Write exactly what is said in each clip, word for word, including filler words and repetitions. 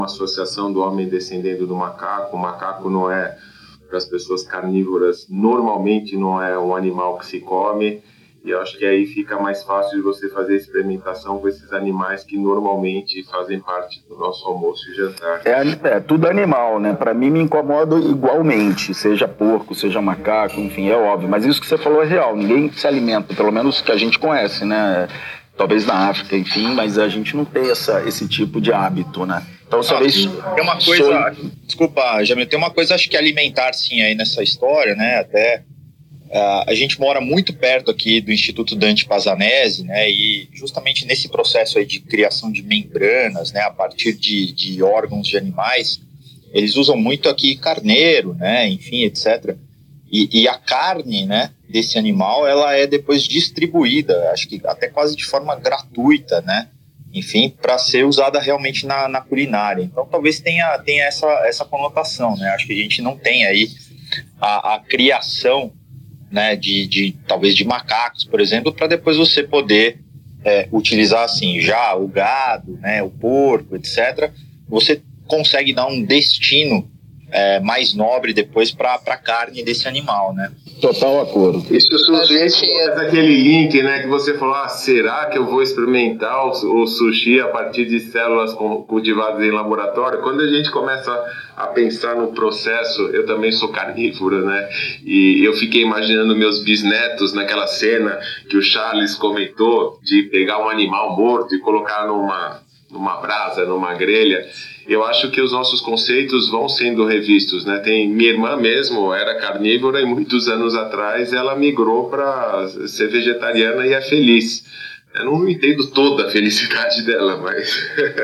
uma associação do homem descendendo do macaco. O macaco não é, para as pessoas carnívoras, normalmente não é um animal que se come. E eu acho que aí fica mais fácil de você fazer experimentação com esses animais que normalmente fazem parte do nosso almoço e jantar. É, é tudo animal, né? Para mim me incomoda igualmente, seja porco, seja macaco, enfim, é óbvio. Mas isso que você falou é real, ninguém se alimenta, pelo menos que a gente conhece, né? Talvez na África, enfim, mas a gente não tem essa, esse tipo de hábito, né? Então, talvez... Ah, tem uma coisa... Sou... Desculpa, Jamil, tem uma coisa, acho que alimentar, sim, aí nessa história, né? Até... Uh, a gente mora muito perto aqui do Instituto Dante Pazanese, né, e justamente nesse processo aí de criação de membranas, né, a partir de, de órgãos de animais, eles usam muito aqui carneiro, né, enfim, etcétera. E, e a carne, né, desse animal, ela é depois distribuída, acho que até quase de forma gratuita, né, enfim, para ser usada realmente na, na culinária. Então talvez tenha, tenha essa, essa conotação, né, acho que a gente não tem aí a, a criação, né, de, de talvez de macacos, por exemplo, para depois você poder é, utilizar assim, já o gado, né, o porco, etcétera. Você consegue dar um destino é, mais nobre depois para a carne desse animal, né? Total acordo. Isso surge aquele link, né, que você falou, ah, será que eu vou experimentar o, o sushi a partir de células cultivadas em laboratório? Quando a gente começa a pensar no processo, eu também sou carnívoro, né, e eu fiquei imaginando meus bisnetos naquela cena que o Charles comentou, de pegar um animal morto e colocar numa, numa brasa, numa grelha. Eu acho que os nossos conceitos vão sendo revistos, né? Tem minha irmã mesmo era carnívora e muitos anos atrás ela migrou para ser vegetariana e é feliz. Eu não entendo toda a felicidade dela, mas,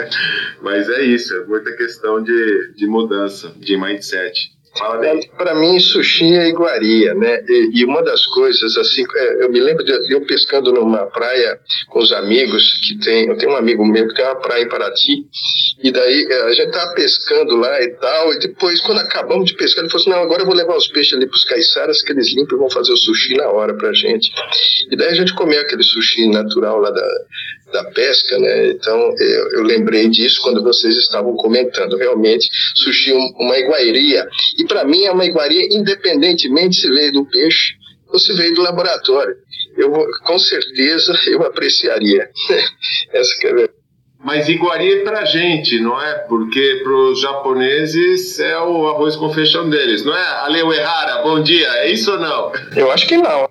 mas é isso, é muita questão de, de mudança, de mindset. Para mim, sushi é iguaria, né? E, e uma das coisas, assim, eu me lembro de eu pescando numa praia com os amigos que tem, eu tenho um amigo meu que tem uma praia em Paraty, e daí a gente tava pescando lá e tal, e depois, quando acabamos de pescar, ele falou assim, não, agora eu vou levar os peixes ali pros caiçaras, que eles limpam e vão fazer o sushi na hora pra gente. E daí a gente comeu aquele sushi natural lá da, da pesca, né? Então eu, eu lembrei disso quando vocês estavam comentando. Realmente, sushi é uma iguaria. E para mim é uma iguaria independentemente se veio do peixe ou se veio do laboratório. Eu com certeza eu apreciaria. Essa que é. Mas iguaria é pra gente, não é? Porque pros japoneses é o arroz com feijão deles, não é? Aleu Errara, bom dia, é isso ou não? Eu acho que não.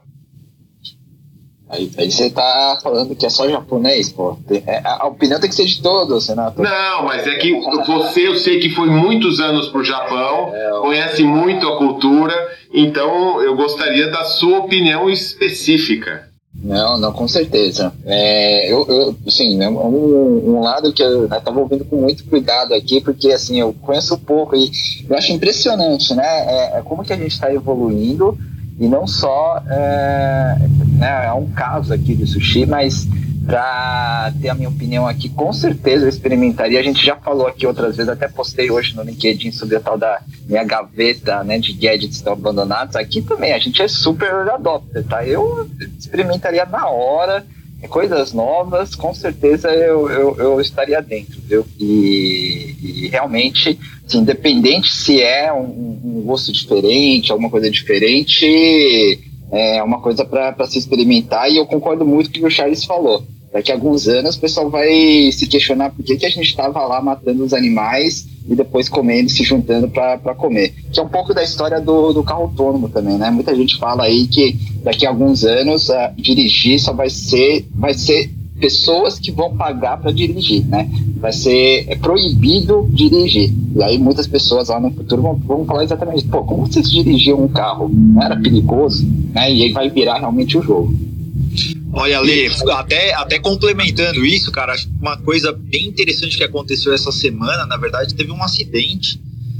Aí, aí você tá falando que é só japonês, pô. É, a opinião tem que ser de todos, Renato. Não, mas é que você, eu sei que foi muitos anos pro Japão, é, conhece muito a cultura, então eu gostaria da sua opinião específica. Não, não, com certeza. É, eu, eu, assim, né, um, um lado que eu estava ouvindo com muito cuidado aqui, porque assim, eu conheço pouco e eu acho impressionante, né? É, é como que a gente está evoluindo. E não só, é, né, é um caso aqui de sushi, mas para ter a minha opinião aqui, com certeza eu experimentaria. A gente já falou aqui outras vezes, até postei hoje no LinkedIn sobre a tal da minha gaveta, né, de gadgets que estão abandonados. Aqui também, a gente é super adopter, tá? Eu experimentaria na hora, coisas novas, com certeza eu, eu, eu estaria dentro, viu? E, e realmente, assim, independente se é um, um gosto diferente, alguma coisa diferente, é uma coisa para se experimentar. E eu concordo muito com o que o Charles falou. Daqui a alguns anos o pessoal vai se questionar por que, que a gente estava lá matando os animais e depois comendo, se juntando para comer. Que é um pouco da história do, do carro autônomo também, né? Muita gente fala aí que daqui a alguns anos uh, dirigir só vai ser, vai ser pessoas que vão pagar para dirigir, né? Vai ser é proibido dirigir. E aí muitas pessoas lá no futuro vão, vão falar exatamente, pô, como vocês dirigiam um carro? Não era perigoso? Né? E aí vai virar realmente o jogo. Olha, Lê, até, até complementando isso, cara, acho que uma coisa bem interessante que aconteceu essa semana, na verdade, teve um acidente.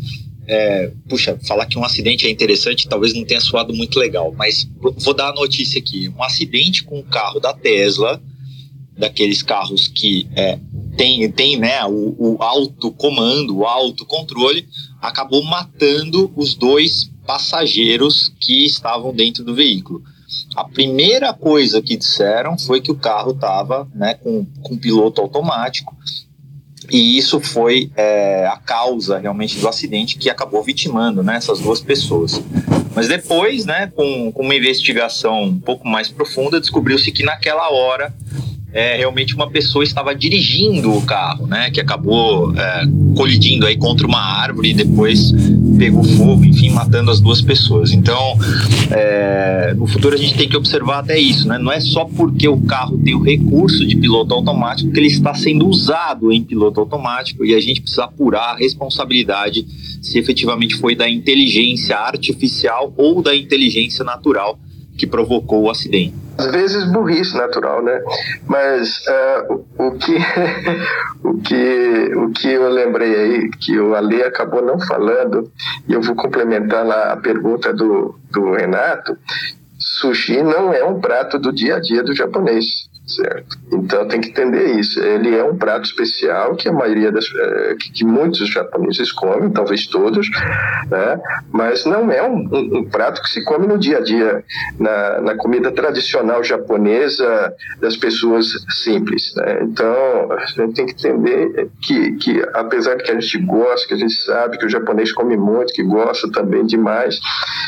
É, puxa, falar que um acidente é interessante talvez não tenha soado muito legal, mas vou dar a notícia aqui. Um acidente com o carro da Tesla, daqueles carros que é, tem, tem né, o, o autocomando, o autocontrole, acabou matando os dois passageiros que estavam dentro do veículo. A primeira coisa que disseram foi que o carro estava, né, com, com piloto automático E isso foi é, a causa realmente do acidente que acabou vitimando, né, essas duas pessoas. Mas depois, né, com, com uma investigação um pouco mais profunda, descobriu-se que naquela hora é, realmente uma pessoa estava dirigindo o carro, né, que acabou é, colidindo aí contra uma árvore e depois pegou fogo, enfim, matando as duas pessoas. Então, é, no futuro a gente tem que observar até isso, né? Não é só porque o carro tem o recurso de piloto automático que ele está sendo usado em piloto automático, e a gente precisa apurar a responsabilidade se efetivamente foi da inteligência artificial ou da inteligência natural que provocou o acidente. Às vezes burrice natural, né? Mas uh, o, o, que, o, que, o que eu lembrei aí, que o Ale acabou não falando, e eu vou complementar lá a pergunta do, do Renato, sushi não é um prato do dia a dia do japonês, certo? Então tem que entender isso. Ele é um prato especial que a maioria das que, que muitos japoneses comem, talvez todos, né? Mas não é um, um, um prato que se come no dia a dia na, na comida tradicional japonesa das pessoas simples, né? Então a gente tem que entender que, que apesar de que a gente gosta, que a gente sabe que o japonês come muito, que gosta também demais,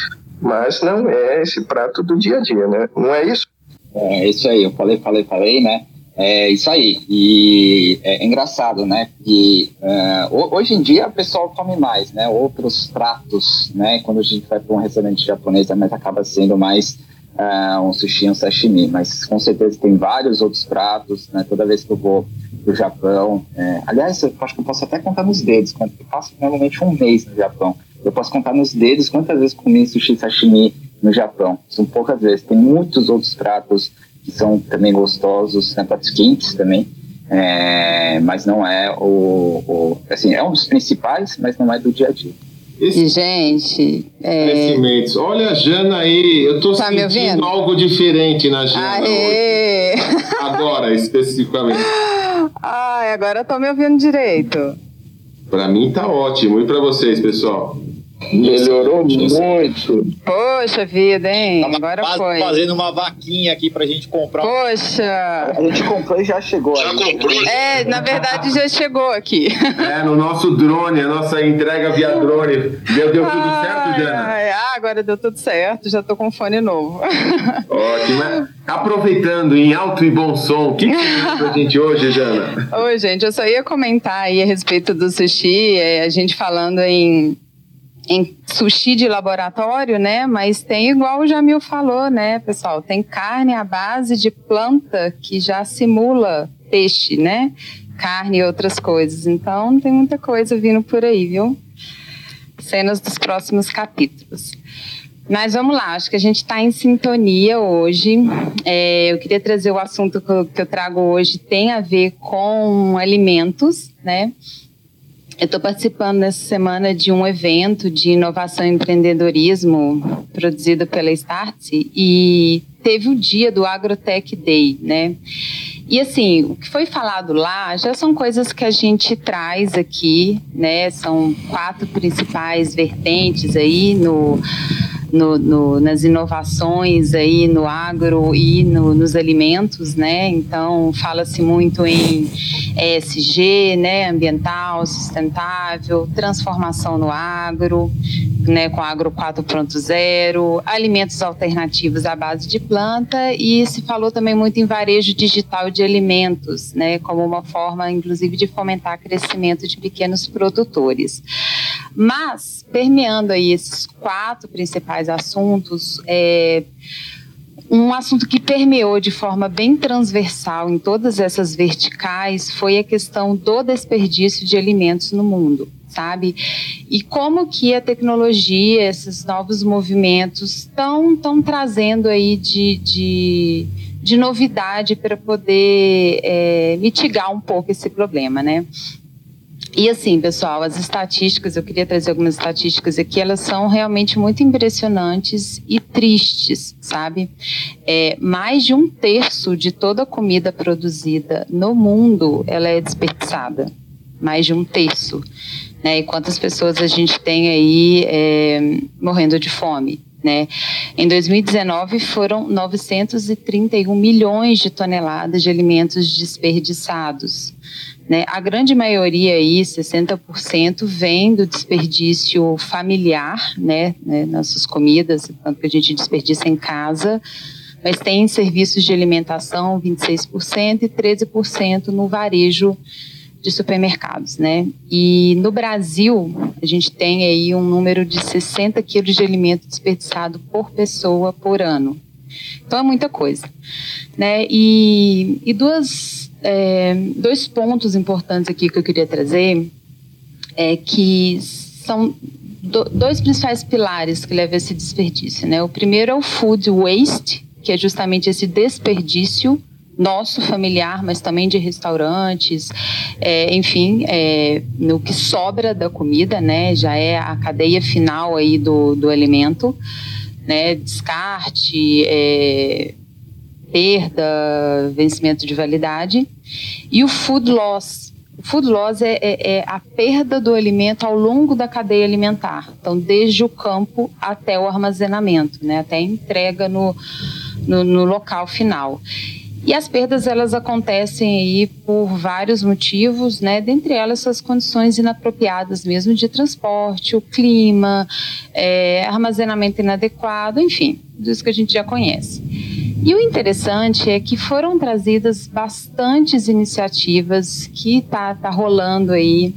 mas não é esse prato do dia a dia, né? Não é isso? É isso aí, eu falei, falei, falei, né? É isso aí. E é engraçado, né? Que uh, hoje em dia o pessoal come mais, né? Outros pratos, né? Quando a gente vai para um restaurante japonês, mas acaba sendo mais uh, um sushi, um sashimi. Mas com certeza tem vários outros pratos, né? Toda vez que eu vou pro Japão, é, aliás, eu acho que eu posso até contar nos dedos. Eu passo normalmente um mês no Japão. Eu posso contar nos dedos quantas vezes comi sushi, sashimi no Japão. São poucas vezes. Tem muitos outros pratos que são também gostosos, né, pratos quentes também, é, mas não é o, o... Assim, é um dos principais, mas não é do dia a dia. Esse... E, gente... É... Olha a Jana aí, eu tô tá sentindo algo diferente na Jana. Aê! Hoje. Agora, especificamente. Ai, agora eu tô me ouvindo direito. Pra mim tá ótimo. E pra vocês, pessoal? Melhorou muito. Poxa vida, hein? Tava Agora quase foi. Fazendo uma vaquinha aqui pra gente comprar. Poxa! A gente comprou e já chegou. Já aí, comprou? É, na verdade já chegou aqui. É, no nosso drone, a nossa entrega via drone. Deu, deu tudo ai, certo, Jana? Ai, ah, agora deu tudo certo, já tô com fone novo. Ótimo. Aproveitando em alto e bom som, o que, que você tem pra gente hoje, Jana? Oi, gente, eu só ia comentar aí a respeito do sushi, é, a gente falando em em sushi de laboratório, né? Mas tem igual o Jamil falou, né, pessoal? Tem carne à base de planta que já simula peixe, né? Carne e outras coisas. Então, tem muita coisa vindo por aí, viu? Cenas dos próximos capítulos. Mas vamos lá, acho que a gente está em sintonia hoje. É, eu queria trazer o assunto que eu, que eu trago hoje, tem a ver com alimentos, né? Eu estou participando nessa semana de um evento de inovação e empreendedorismo produzido pela Startse e teve o dia do Agrotech Day, né? E assim, o que foi falado lá já são coisas que a gente traz aqui, né? São quatro principais vertentes aí no... No, no, nas inovações aí no agro e no, nos alimentos, né? Então fala-se muito em E S G, né? Ambiental, sustentável, transformação no agro, né? Com agro quatro ponto zero, alimentos alternativos à base de planta, e se falou também muito em varejo digital de alimentos, né? Como uma forma, inclusive, de fomentar crescimento de pequenos produtores. Mas, permeando aí esses quatro principais assuntos, é, um assunto que permeou de forma bem transversal em todas essas verticais foi a questão do desperdício de alimentos no mundo, sabe? E como que a tecnologia, esses novos movimentos estão estão trazendo aí de, de, de novidade para poder é, mitigar um pouco esse problema, né? E assim, pessoal, as estatísticas, eu queria trazer algumas estatísticas aqui, elas são realmente muito impressionantes e tristes, sabe? É, mais de um terço de toda a comida produzida no mundo, ela é desperdiçada. Mais de um terço. Né? E quantas pessoas a gente tem aí é, morrendo de fome? Né? Em dois mil e dezenove foram novecentos e trinta e um milhões de toneladas de alimentos desperdiçados. né? A grande maioria aí, sessenta por cento, vem do desperdício familiar, né? né nossas comidas, tanto que a gente desperdiça em casa, mas tem serviços de alimentação, vinte e seis por cento, e treze por cento no varejo de supermercados, né? E no Brasil, a gente tem aí um número de sessenta quilos de alimento desperdiçado por pessoa por ano. Então é muita coisa, né? E, e duas, é, dois pontos importantes aqui que eu queria trazer é que são do, dois principais pilares que levam a esse desperdício, né? O primeiro é o food waste, que é justamente esse desperdício nosso familiar, mas também de restaurantes, é, enfim, é, no que sobra da comida, né? Já é a cadeia final aí do, do alimento, né? Descarte, é, perda, vencimento de validade. E o food loss. O food loss é, é, é a perda do alimento ao longo da cadeia alimentar. Então, desde o campo até o armazenamento, né? Até a entrega no, no, no local final. E as perdas, elas acontecem aí por vários motivos, né? Dentre elas, as condições inapropriadas mesmo de transporte, o clima, é, armazenamento inadequado, enfim, tudo isso que a gente já conhece. E o interessante é que foram trazidas bastantes iniciativas que tá, tá rolando aí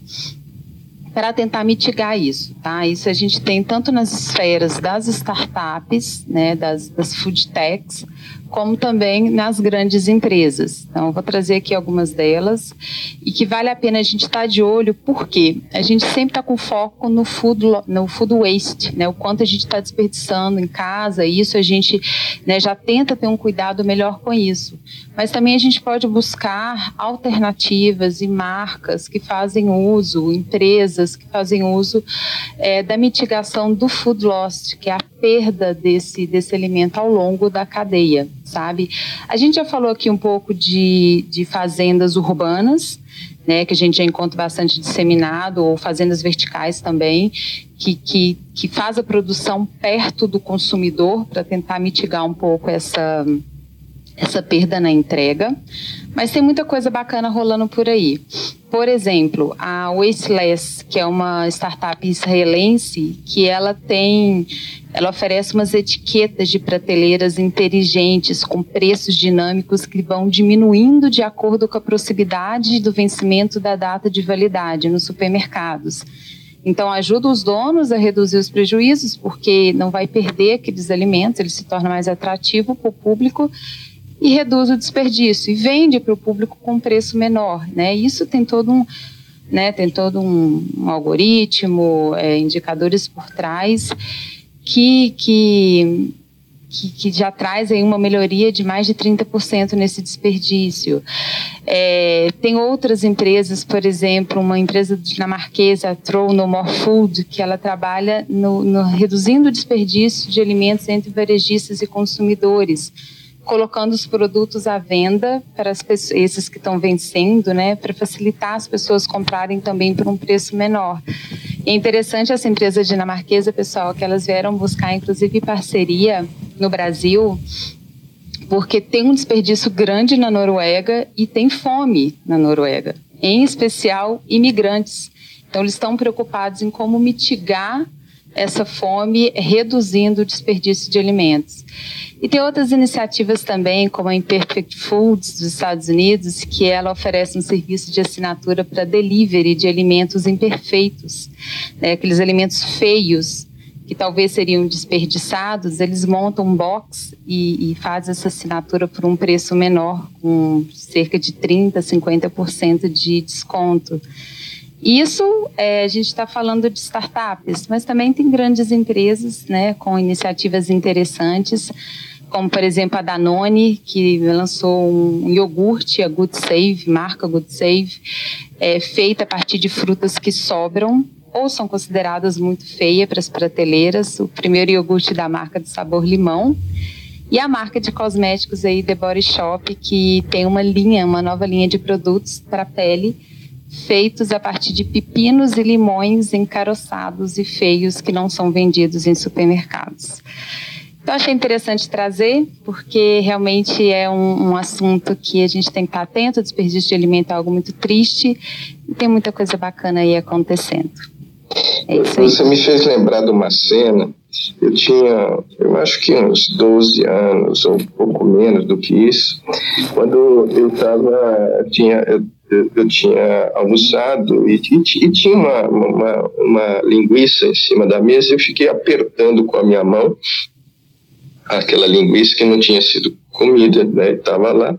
para tentar mitigar isso, tá? Isso a gente tem tanto nas esferas das startups, né, das, das food techs, como também nas grandes empresas. Então, eu vou trazer aqui algumas delas e que vale a pena a gente estar de olho, porque a gente sempre está com foco no food, no food waste, né, o quanto a gente está desperdiçando em casa, e isso a gente, né, já tenta ter um cuidado melhor com isso. Mas também a gente pode buscar alternativas e marcas que fazem uso, empresas que fazem uso é, da mitigação do food loss, que é a perda desse, desse alimento ao longo da cadeia, sabe? A gente já falou aqui um pouco de, de fazendas urbanas, né, que a gente já encontra bastante disseminado, ou fazendas verticais também, que, que, que faz a produção perto do consumidor para tentar mitigar um pouco essa, essa perda na entrega. Mas tem muita coisa bacana rolando por aí. Por exemplo, a Wasteless, que é uma startup israelense, que ela tem, ela oferece umas etiquetas de prateleiras inteligentes com preços dinâmicos que vão diminuindo de acordo com a proximidade do vencimento da data de validade nos supermercados. Então, ajuda os donos a reduzir os prejuízos, porque não vai perder aqueles alimentos, ele se torna mais atrativo para o público, e reduz o desperdício e vende para o público com preço menor, né? Isso tem todo um, né, tem todo um, um algoritmo, é, indicadores por trás que, que, que, que já traz aí uma melhoria de mais de trinta por cento nesse desperdício. É, tem outras empresas, por exemplo, uma empresa dinamarquesa, a Throw No More Food, que ela trabalha no, no reduzindo o desperdício de alimentos entre varejistas e consumidores, colocando os produtos à venda para as pessoas, esses que estão vencendo, né, para facilitar as pessoas comprarem também por um preço menor. E é interessante essa empresa dinamarquesa, pessoal, que elas vieram buscar, inclusive, parceria no Brasil, porque tem um desperdício grande na Noruega e tem fome na Noruega, em especial imigrantes. Então, eles estão preocupados em como mitigar essa fome, reduzindo o desperdício de alimentos. E tem outras iniciativas também, como a Imperfect Foods dos Estados Unidos, que ela oferece um serviço de assinatura para delivery de alimentos imperfeitos, né, aqueles alimentos feios que talvez seriam desperdiçados, eles montam um box e, e fazem essa assinatura por um preço menor, com cerca de trinta por cento, cinquenta por cento de desconto. Isso, é, a gente está falando de startups, mas também tem grandes empresas, né, com iniciativas interessantes, como, por exemplo, a Danone, que lançou um iogurte, a Good Save, marca Good Save, é, feita a partir de frutas que sobram ou são consideradas muito feias para as prateleiras. O primeiro iogurte da marca de sabor limão. E a marca de cosméticos aí, The Body Shop, que tem uma linha, uma nova linha de produtos para pele, feitos a partir de pepinos e limões encaroçados e feios que não são vendidos em supermercados. Então, achei interessante trazer, porque realmente é um, um assunto que a gente tem que estar atento. O desperdício de alimento é algo muito triste e tem muita coisa bacana aí acontecendo. É isso aí. Você me fez lembrar de uma cena. Eu tinha, eu acho que uns doze anos, ou um pouco menos do que isso, quando eu estava, tinha... Eu, eu tinha almoçado e, e, e tinha uma, uma, uma linguiça em cima da mesa e eu fiquei apertando com a minha mão aquela linguiça que não tinha sido comida, né, estava lá.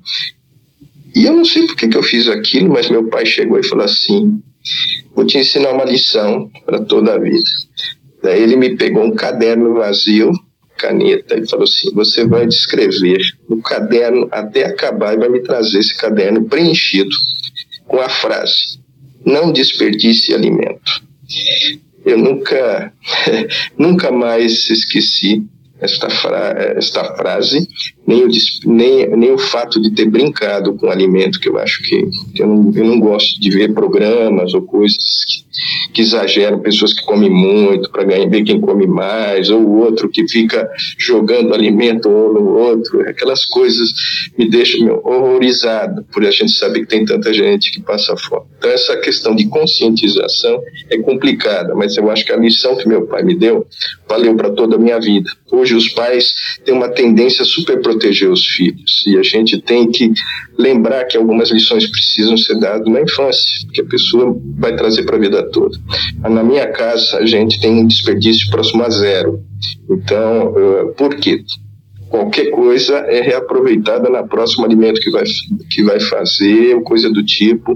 E eu não sei por que, que eu fiz aquilo, mas meu pai chegou e falou assim, vou te ensinar uma lição para toda a vida. Daí ele me pegou um caderno vazio, caneta, e falou assim, você vai descrever no caderno até acabar e vai me trazer esse caderno preenchido com a frase, não desperdice alimento. Eu nunca, nunca mais esqueci esta, fra esta frase, nem o, nem, nem o fato de ter brincado com o alimento, que eu acho que, que eu, não, eu não gosto de ver programas ou coisas que, que exageram, pessoas que comem muito para ver quem come mais, ou o outro que fica jogando alimento um no outro. Aquelas coisas me deixam meu, horrorizado, por a gente saber que tem tanta gente que passa fome. Então essa questão de conscientização é complicada, mas eu acho que a lição que meu pai me deu valeu para toda a minha vida. Hoje os pais têm uma tendência a super proteger os filhos e a gente tem que lembrar que algumas lições precisam ser dadas na infância, porque a pessoa vai trazer para a vida toda. Na minha casa a gente tem um desperdício próximo a zero. Então, uh, por quê? Qualquer coisa é reaproveitada na próxima alimento que vai, que vai fazer, ou coisa do tipo. Uh,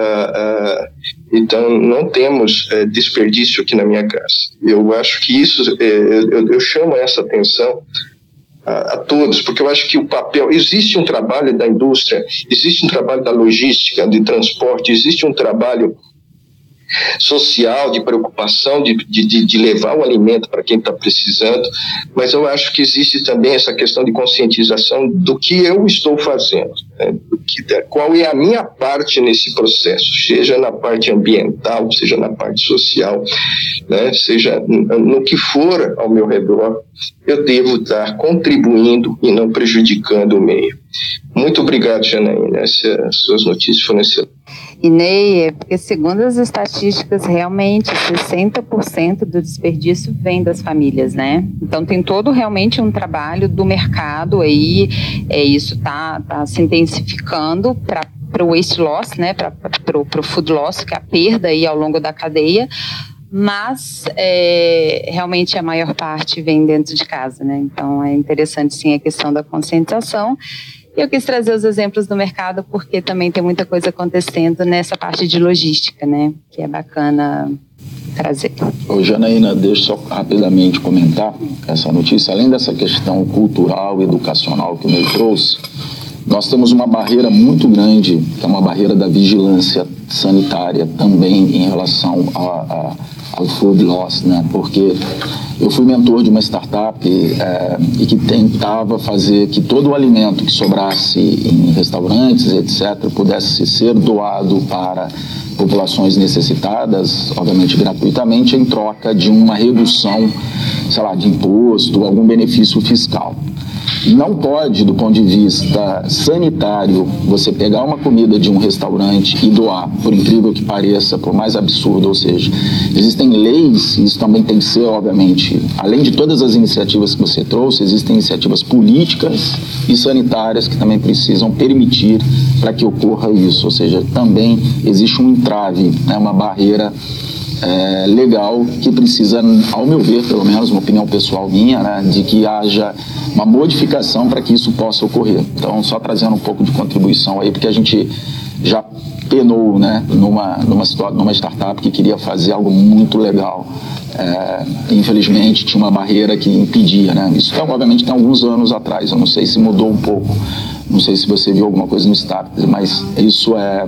uh, então, não temos uh, desperdício aqui na minha casa. Eu acho que isso, uh, eu, eu chamo essa atenção a, a todos, porque eu acho que o papel... Existe um trabalho da indústria, existe um trabalho da logística, de transporte, existe um trabalho social, de preocupação, de, de, de levar o alimento para quem está precisando, mas eu acho que existe também essa questão de conscientização do que eu estou fazendo, né? Do que, qual é a minha parte nesse processo, seja na parte ambiental, seja na parte social, né? Seja no que for ao meu redor, eu devo estar contribuindo e não prejudicando o meio. Muito obrigado, Janaína, essas suas notícias foram excelentes. E Ney, é porque segundo as estatísticas, realmente sessenta por cento do desperdício vem das famílias, né? Então tem todo realmente um trabalho do mercado aí, é, isso está tá se intensificando para o waste loss, né? Para o food loss, que é a perda aí ao longo da cadeia, mas é, realmente a maior parte vem dentro de casa, né? Então é interessante sim a questão da conscientização. Eu quis trazer os exemplos do mercado porque também tem muita coisa acontecendo nessa parte de logística, né? Que é bacana trazer. Ô, Janaína, deixa eu só rapidamente comentar essa notícia. Além dessa questão cultural e educacional que o Ney trouxe, nós temos uma barreira muito grande, que é uma barreira da vigilância sanitária também em relação a, a, ao food loss, né? Porque eu fui mentor de uma startup é, e que tentava fazer que todo o alimento que sobrasse em restaurantes, etcétera, pudesse ser doado para populações necessitadas, obviamente gratuitamente, em troca de uma redução, sei lá, de imposto, algum benefício fiscal. Não pode, do ponto de vista sanitário, você pegar uma comida de um restaurante e doar, por incrível que pareça, por mais absurdo, ou seja, existem leis, e isso também tem que ser, obviamente, além de todas as iniciativas que você trouxe, existem iniciativas políticas e sanitárias que também precisam permitir para que ocorra isso, ou seja, também existe um entrave, né, uma barreira É, legal que precisa, ao meu ver, pelo menos uma opinião pessoal minha, né, de que haja uma modificação para que isso possa ocorrer. Então, só trazendo um pouco de contribuição aí, porque a gente já penou, né, numa, numa, numa startup que queria fazer algo muito legal. É, infelizmente, tinha uma barreira que impedia, né? Isso, obviamente, tem alguns anos atrás, eu não sei se mudou um pouco. Não sei se você viu alguma coisa no Startup, mas isso é,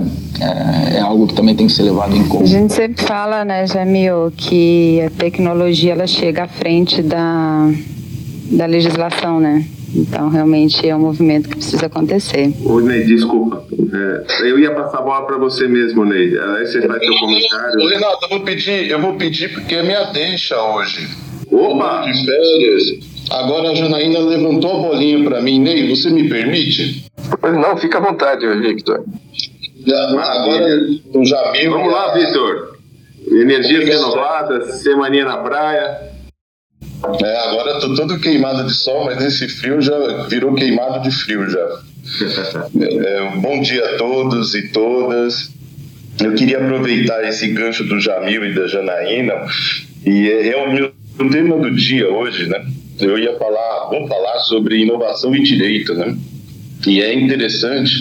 é, é algo que também tem que ser levado em conta. A gente sempre fala, né, Jamil, que a tecnologia ela chega à frente da, da legislação, né? Então, realmente é um movimento que precisa acontecer. Ô, Ney, desculpa. É, eu ia passar a bola para você mesmo, Ney. Aí você faz seu comentário. Ô, Renato, eu vou pedir, eu vou pedir porque é minha deixa hoje. Opa! De férias. Agora a Janaína levantou a bolinha para mim. Ney, você me permite? Pois não, fica à vontade, Victor. Agora o Jamil... Vamos lá, Victor. Energias renovadas, semaninha na praia. É, agora eu tô todo queimado de sol, mas esse frio já virou queimado de frio já. É, bom dia a todos e todas. Eu queria aproveitar esse gancho do Jamil e da Janaína, e é, é o meu o tema do dia hoje, né? Eu ia falar, vamos falar sobre inovação e direito, né? E é interessante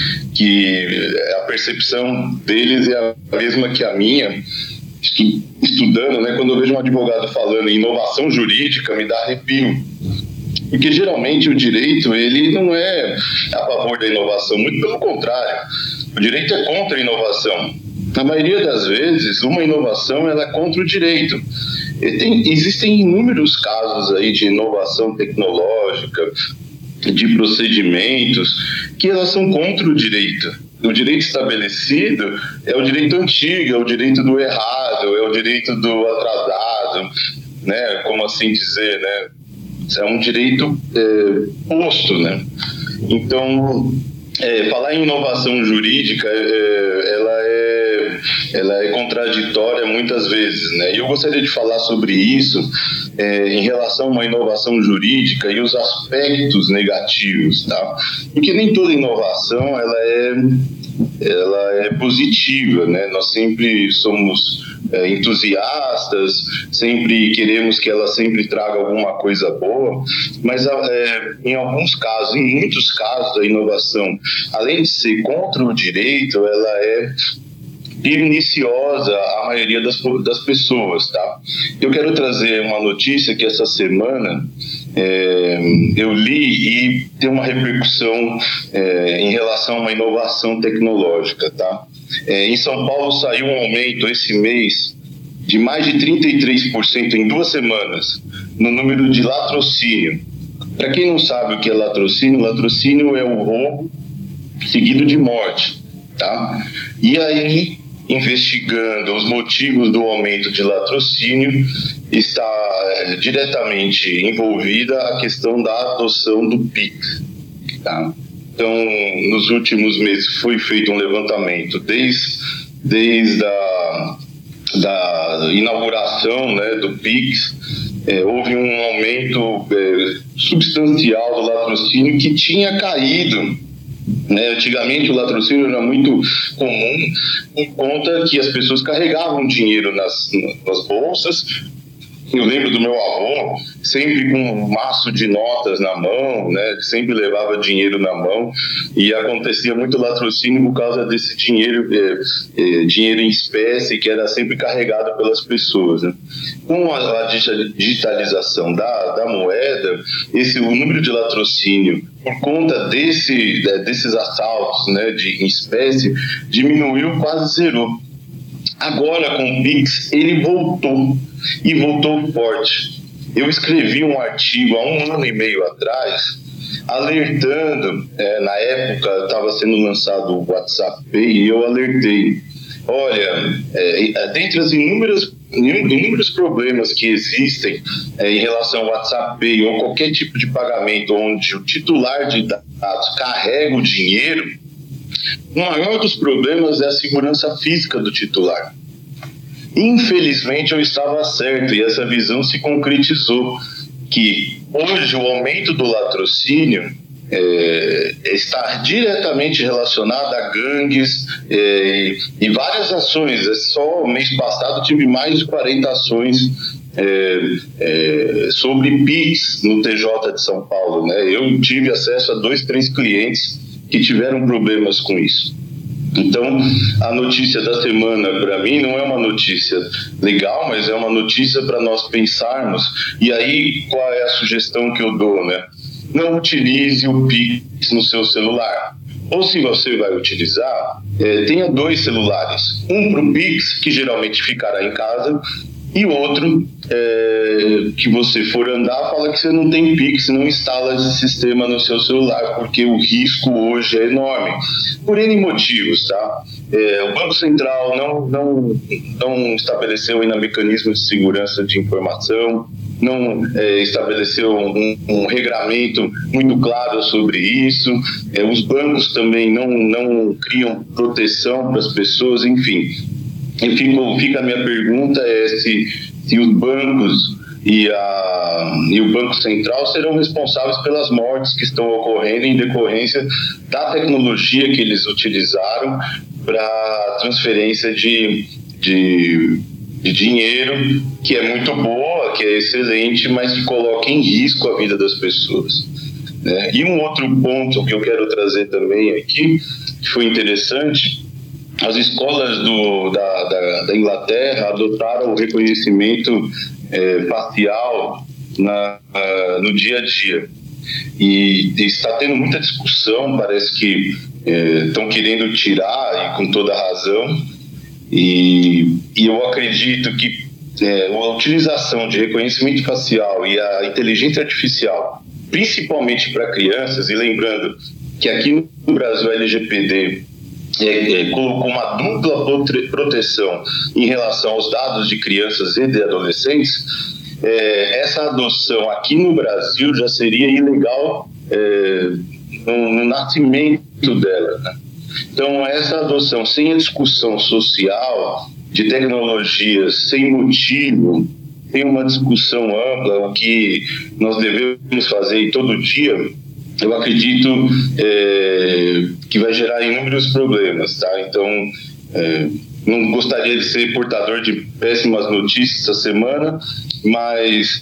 que a percepção deles é a mesma que a minha. Estudando, né, quando eu vejo um advogado falando em inovação jurídica, me dá arrepio. Porque geralmente o direito, ele não é a favor da inovação, muito pelo contrário. O direito é contra a inovação. Na maioria das vezes, uma inovação ela é contra o direito. E tem, existem inúmeros casos aí de inovação tecnológica, de procedimentos, que elas são contra o direito. O direito estabelecido é o direito antigo, é o direito do errado, é o direito do atrasado, né? Como assim dizer, né? É um direito é, posto, né? Então, é, falar em inovação jurídica, é, ela, é, ela é contraditória muitas vezes, né? E eu gostaria de falar sobre isso é, em relação a uma inovação jurídica e os aspectos negativos, tá? Porque nem toda inovação ela é, ela é positiva, né? Nós sempre somos é, entusiastas, sempre queremos que ela sempre traga alguma coisa boa, mas é, em alguns casos, em muitos casos, a inovação, além de ser contra o direito, ela é perniciosa à maioria das, das pessoas, tá? Eu quero trazer uma notícia que essa semana é, eu li e tem uma repercussão é, em relação a uma inovação tecnológica, tá? É, em São Paulo saiu um aumento esse mês de mais de trinta e três por cento em duas semanas no número de latrocínio. Para quem não sabe o que é latrocínio, latrocínio é o roubo seguido de morte, tá? E aí, investigando os motivos do aumento de latrocínio, está é, diretamente envolvida a questão da adoção do Pix, tá? Então, nos últimos meses foi feito um levantamento desde, desde a da inauguração, né, do Pix, é, houve um aumento é, substancial do latrocínio que tinha caído. Né? Antigamente o latrocínio era muito comum por conta que as pessoas carregavam dinheiro nas, nas bolsas. Eu lembro do meu avô, sempre com um maço de notas na mão, né? Sempre levava dinheiro na mão e acontecia muito latrocínio por causa desse dinheiro, é, é, dinheiro em espécie que era sempre carregado pelas pessoas. Né? Com a, a digitalização da, da moeda, esse, o número de latrocínio, por conta desse, desses assaltos, né, de, em espécie, diminuiu, quase zerou. Agora, com o Pix, ele voltou, e voltou forte. Eu escrevi um artigo há um ano e meio atrás, alertando, é, na época estava sendo lançado o WhatsApp Pay, e eu alertei, olha, é, dentre as inúmeras, inúmeros problemas que existem é, em relação ao WhatsApp Pay ou qualquer tipo de pagamento onde o titular de dados carrega o dinheiro, o maior dos problemas é a segurança física do titular. Infelizmente eu estava certo e essa visão se concretizou, que hoje o aumento do latrocínio é, está diretamente relacionado a gangues é, e várias ações. Só mês passado tive mais de quarenta ações é, é, sobre Pix no T J de São Paulo. Né? Eu tive acesso a dois, três clientes que tiveram problemas com isso. Então, a notícia da semana, para mim, não é uma notícia legal, mas é uma notícia para nós pensarmos. E aí, qual é a sugestão que eu dou, né? Não utilize o Pix no seu celular. Ou se você vai utilizar, é, tenha dois celulares. Um para o Pix, que geralmente ficará em casa, e outro, é, que você for andar, fala que você não tem Pix, não instala esse sistema no seu celular, porque o risco hoje é enorme, por N motivos, tá? É, o Banco Central não, não, não estabeleceu ainda mecanismos de segurança de informação, não é, estabeleceu um, um regramento muito claro sobre isso, é, os bancos também não, não criam proteção para as pessoas, enfim. E fico, fica a minha pergunta é se, se os bancos e, a, e o Banco Central serão responsáveis pelas mortes que estão ocorrendo em decorrência da tecnologia que eles utilizaram para transferência de, de, de dinheiro, que é muito boa, que é excelente, mas que coloca em risco a vida das pessoas, né? E um outro ponto que eu quero trazer também aqui, que foi interessante, as escolas do, da, da, da Inglaterra adotaram o reconhecimento é, facial na, uh, no dia a dia. E, e está tendo muita discussão, parece que estão é, querendo tirar, e com toda razão, e, e eu acredito que é, a utilização de reconhecimento facial e a inteligência artificial, principalmente para crianças, e lembrando que aqui no Brasil a L G P D É, é, colocou uma dupla proteção em relação aos dados de crianças e de adolescentes, é, essa adoção aqui no Brasil já seria ilegal é, no, no nascimento dela, né? Então, essa adoção sem a discussão social de tecnologias, sem motivo, sem uma discussão ampla, o que nós devemos fazer todo dia, eu acredito é, que vai gerar inúmeros problemas, tá? Então, é, não gostaria de ser portador de péssimas notícias essa semana, mas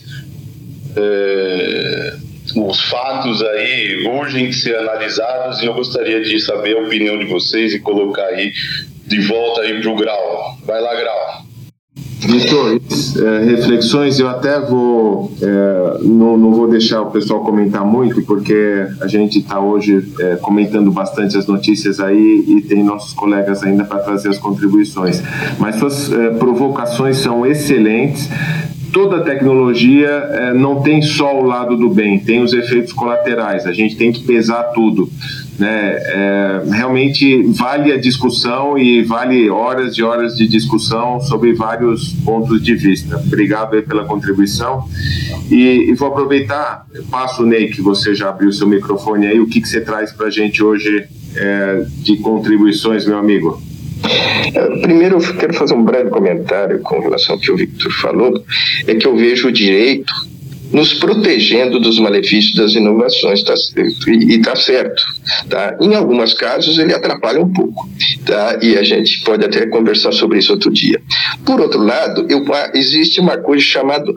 é, os fatos aí urgem de ser analisados e eu gostaria de saber a opinião de vocês e colocar aí de volta aí para o Grau. Vai lá, Grau. Vitor, é, reflexões, eu até vou, é, não, não vou deixar o pessoal comentar muito, porque a gente está hoje é, comentando bastante as notícias aí e tem nossos colegas ainda para trazer as contribuições. Mas suas é, provocações são excelentes. Toda tecnologia é, não tem só o lado do bem, tem os efeitos colaterais, a gente tem que pesar tudo, né? É, realmente vale a discussão e vale horas e horas de discussão sobre vários pontos de vista. Obrigado aí pela contribuição e, e vou aproveitar, passo o Ney, que você já abriu seu microfone aí, o que, que você traz para a gente hoje é, de contribuições, meu amigo? Primeiro, eu quero fazer um breve comentário com relação ao que o Victor falou, é que eu vejo o direito nos protegendo dos malefícios das inovações, tá, e está certo. Tá? Em alguns casos, ele atrapalha um pouco, tá? E a gente pode até conversar sobre isso outro dia. Por outro lado, eu, existe uma coisa chamada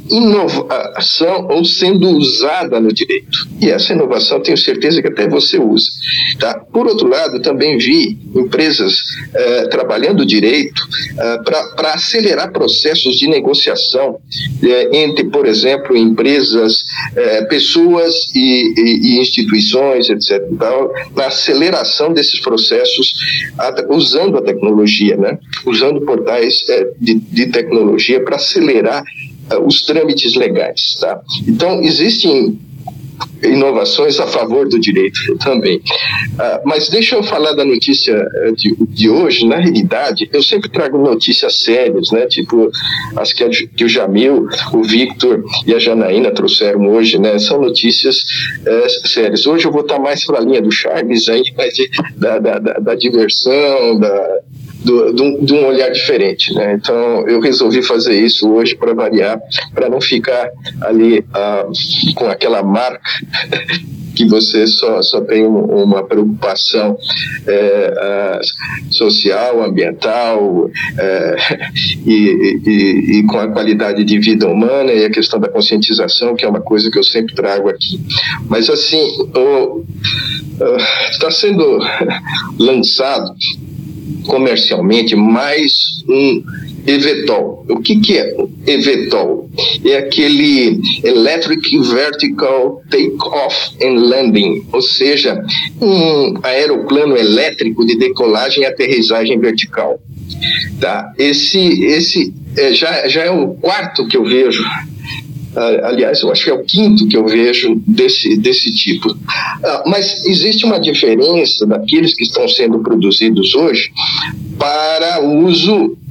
inovação ou sendo usada no direito. E essa inovação, tenho certeza que até você usa. Tá? Por outro lado, também vi empresas eh, trabalhando direito eh, para acelerar processos de negociação eh, entre, por exemplo, empresas, eh, pessoas e, e, e instituições, etcétera, na aceleração desses processos, usando a tecnologia, né? Usando portais eh, de, de tecnologia para acelerar uh, os trâmites legais. Tá? Então, existem inovações a favor do direito também. Uh, mas deixa eu falar da notícia de, de hoje. Na realidade, eu sempre trago notícias sérias, né? Tipo as que, a, que o Jamil, o Victor e a Janaína trouxeram hoje, né? São notícias uh, sérias. Hoje eu vou estar mais para a linha do Charles, aí, da, da, da, da diversão, da... Do, de, um, de um olhar diferente, né? Então eu resolvi fazer isso hoje para variar, para não ficar ali uh, com aquela marca que você só, só tem uma preocupação é, uh, social, ambiental é, e, e, e com a qualidade de vida humana e a questão da conscientização, que é uma coisa que eu sempre trago aqui. Mas assim, está uh, sendo lançado comercialmente mais um eVTOL. O que, que é eVTOL? É aquele Electric Vertical Take-Off and Landing, ou seja, um aeroplano elétrico de decolagem e aterrissagem vertical. Tá? Esse, esse é, já, já é o quarto que eu vejo. Uh, aliás, eu acho que é o quinto que eu vejo desse, desse tipo. Uh, mas existe uma diferença daqueles que estão sendo produzidos hoje para uso